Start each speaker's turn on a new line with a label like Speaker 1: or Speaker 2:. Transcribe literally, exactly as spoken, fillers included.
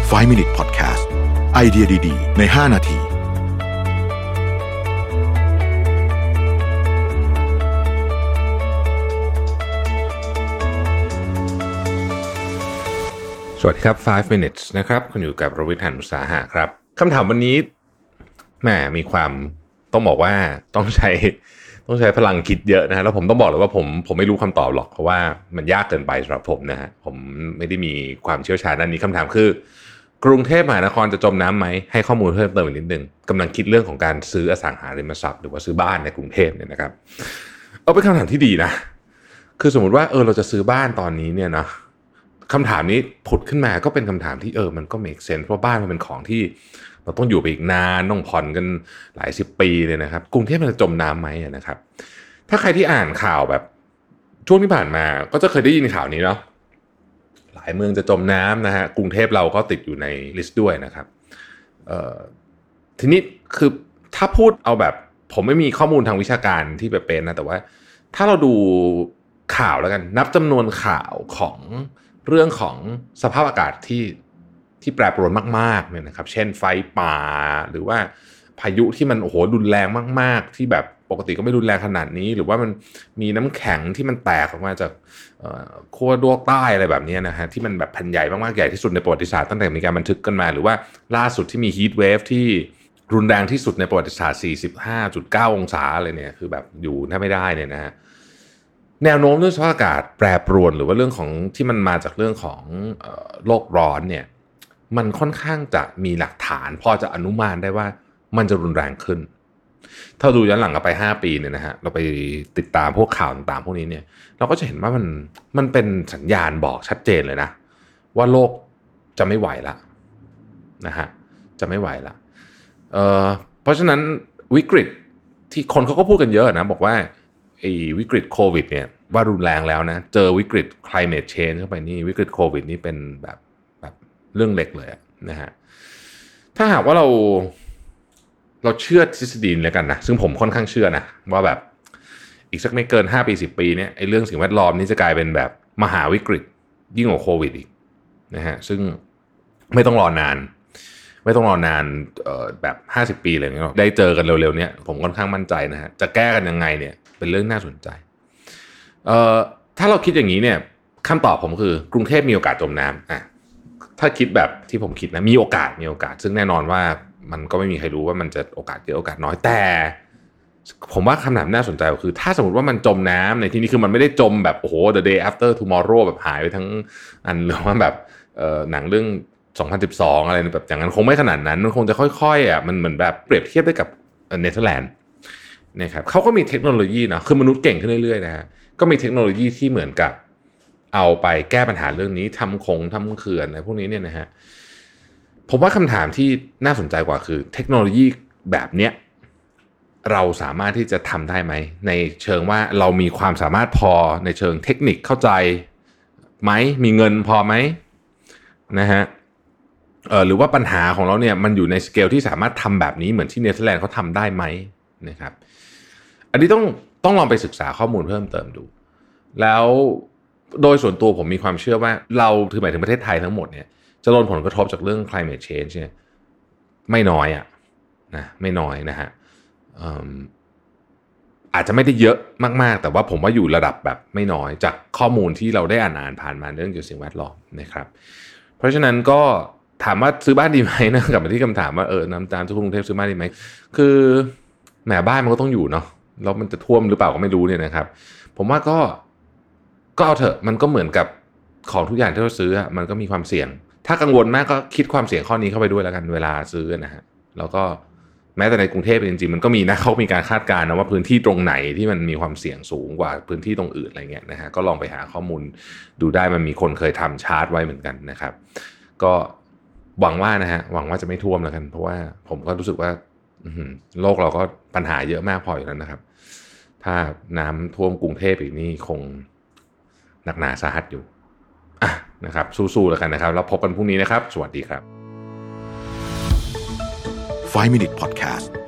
Speaker 1: ไฟว์ มินิท Podcast ไอเดียดีๆในห้านาที
Speaker 2: สวัสดีครับไฟว์ มินิท นะครับคุณอยู่กับรวิทย์ หาญอุตสาหะครับคำถามวันนี้แหมมีความต้องบอกว่าต้องใช้ต้องใช้พลังคิดเยอะนะฮะแล้วผมต้องบอกเลยว่าผมผมไม่รู้คำตอบหรอกเพราะว่ามันยากเกินไปสำหรับผมนะฮะผมไม่ได้มีความเชี่ยวชาญด้านนี้คำถามคือกรุงเทพมหานครจะจมน้ำไหมให้ข้อมูลเพิ่มเติมอีกนิดนึงกำลังคิดเรื่องของการซื้ออสังหาริมทรัพย์หรือว่าซื้อบ้านในกรุงเทพเนี่ยนะครับเอาเป็นคำถามที่ดีนะคือสมมติว่าเออเราจะซื้อบ้านตอนนี้เนี่ยนะคำถามนี้ผุดขึ้นมาก็เป็นคำถามที่เออมันก็ make sense เพราะบ้านมันเป็นของที่เราต้องอยู่ไปอีกนานต้องผ่อนกันหลายสิบปีเลยนะครับกรุงเทพมันจะจมน้ำไหมนะครับถ้าใครที่อ่านข่าวแบบช่วงที่ผ่านมาก็จะเคยได้ยินข่าวนี้เนาะหลายเมืองจะจมน้ำนะฮะกรุงเทพเราก็ติดอยู่ในลิสต์ด้วยนะครับเอ่อทีนี้คือถ้าพูดเอาแบบผมไม่มีข้อมูลทางวิชาการที่แบบเป็นนะแต่ว่าถ้าเราดูข่าวแล้วกันนับจำนวนข่าวของเรื่องของสภาพอากาศที่ที่แปรปรวนมากๆเนี่ยนะครับเช่นไฟป่าหรือว่าพายุที่มันโอ้โหรุนแรงมากๆที่แบบปกติก็ไม่รุนแรงขนาดนี้หรือว่ามันมีน้ำแข็งที่มันแตกออกมาจากขั้วโลกใต้อะไรแบบนี้นะฮะที่มันแบบแผ่นใหญ่มากๆใหญ่ที่สุดในประวัติศาสตร์ตั้งแต่มีการบันทึกกันมาหรือว่าล่าสุดที่มีฮีทเวฟที่รุนแรงที่สุดในประวัติศาสตร์ สี่สิบห้าจุดเก้า องศาอะไรเนี่ยคือแบบอยู่แทบไม่ได้เนี่ยนะฮะแนวโน้มเรื่องสภาพอากาศแปรปรวนหรือว่าเรื่องของที่มันมาจากเรื่องของโลกร้อนเนี่ยมันค่อนข้างจะมีหลักฐานพอจะอนุมานได้ว่ามันจะรุนแรงขึ้นถ้าดูย้อนหลังกันไปห้าปีเนี่ยนะฮะเราไปติดตามพวกข่าวต่างๆพวกนี้เนี่ยเราก็จะเห็นว่ามันมันเป็นสัญญาณบอกชัดเจนเลยนะว่าโลกจะไม่ไหวละนะฮะจะไม่ไหวละเอ่อเพราะฉะนั้นวิกฤตที่คนเขาก็พูดกันเยอะนะบอกว่าไอ้วิกฤตโควิดเนี่ยว่ารุนแรงแล้วนะเจอวิกฤต climate change เข้าไปนี่วิกฤตโควิดนี่เป็นแบบแบบเรื่องเล็กเลยนะฮะถ้าหากว่าเราเราเชื่อทฤษฎีนี้แล้วกันนะซึ่งผมค่อนข้างเชื่อนะว่าแบบอีกสักไม่เกินห้าปีสิบปีเนี่ยไอ้เรื่องสิ่งแวดล้อมนี้จะกลายเป็นแบบมหาวิกฤตยิ่งกว่าโควิดอีกนะฮะซึ่งไม่ต้องรอนานไม่ต้องรอนานเอ่อแบบห้าสิบปีอะไรอย่างเงี้ยได้เจอกันเร็วๆเนี่ยผมค่อนข้างมั่นใจนะฮะจะแก้กันยังไงเนี่ยเป็นเรื่องน่าสนใจเอ่อถ้าเราคิดอย่างนี้เนี่ยคำตอบผมคือกรุงเทพมีโอกาสจมน้ำอ่ะถ้าคิดแบบที่ผมคิดนะมีโอกาสมีโอกาสซึ่งแน่นอนว่ามันก็ไม่มีใครรู้ว่ามันจะโอกาสเยอะโอกาสน้อยแต่ผมว่าคำถามน่าสนใจก็คือถ้าสมมติว่ามันจมน้ำในที่นี้คือมันไม่ได้จมแบบโอ้โห the day after tomorrow แบบหายไปทั้งอันหรือว่าแบบเอ่อหนังเรื่องสองพันสิบสองอะไรแบบอย่างนั้นคงไม่ขนาดนั้นมันคงจะค่อยๆอ่ะมันเหมือนแบบเปรียบเทียบได้กับเนเธอร์แลนด์นะครับเขาก็มีเทคโนโลยีนะคือมนุษย์เก่งขึ้นเรื่อยๆนะฮะก็มีเทคโนโลยีที่เหมือนกับเอาไปแก้ปัญหาเรื่องนี้ทำคงทำเขื่อนอะไรพวกนี้เนี่ยนะฮะผมว่าคำถามที่น่าสนใจกว่าคือเทคโนโลยีแบบเนี้ยเราสามารถที่จะทำได้ไหมในเชิงว่าเรามีความสามารถพอในเชิงเทคนิคเข้าใจไหมมีเงินพอไหมนะฮะเอ่อหรือว่าปัญหาของเราเนี่ยมันอยู่ในสเกลที่สามารถทำแบบนี้เหมือนที่เนเธอร์แลนด์เขาทำได้ไหมนะครับอันนี้ต้องต้องลองไปศึกษาข้อมูลเพิ่มเติมดูแล้วโดยส่วนตัวผมมีความเชื่อว่าเราถือหมายถึงประเทศไทยทั้งหมดเนี่ยจะโดนผลกระทบจากเรื่อง climate change เนี่ยไม่น้อยอ่ะนะไม่น้อยนะฮะอาจจะไม่ได้เยอะมากๆแต่ว่าผมว่าอยู่ระดับแบบไม่น้อยจากข้อมูลที่เราได้อ่านๆผ่านมาเรื่องเกี่ยวกับสิ่งแวดล้อมนะครับเพราะฉะนั้นก็ถามว่าซื้อบ้านดีไหมนะกลับมาที่คำถามว่าเออน้ำตาลทุกกรุงเทพซื้อบ้านดีไหมคือแหมบ้านมันก็ต้องอยู่เนาะแล้วมันจะท่วมหรือเปล่าก็ไม่รู้เนี่ยนะครับผมว่าก็ก็เอาเถอะมันก็เหมือนกับของทุกอย่างที่เราซื้อมันก็มีความเสี่ยงถ้ากังวลมากก็คิดความเสี่ยงข้อนี้เข้าไปด้วยแล้วกันเวลาซื้อนะฮะแล้วก็แม้แต่ในกรุงเทพจริงๆมันก็มีนะเขามีการคาดการณ์นะว่าพื้นที่ตรงไหนที่มันมีความเสี่ยงสูงกว่าพื้นที่ตรงอื่นอะไรเงี้ยนะฮะก็ลองไปหาข้อมูลดูได้มันมีคนเคยทำชาร์ตไว้เหมือนกันนะครับก็หวังว่านะฮะหวังว่าจะไม่ท่วมแล้วกันเพราะว่าผมก็รู้สึกว่าโลกเราก็ปัญหาเยอะมากพออยู่แล้วนะครับถ้าน้ำท่วมกรุงเทพอีกนี่คงหนักหนาสาหัสอยู่อ่ะนะครับสู้ๆแล้วกันนะครับแล้วพบกันพรุ่งนี้นะครับสวัสดีครับ
Speaker 1: ไฟว์ มินิท Podcast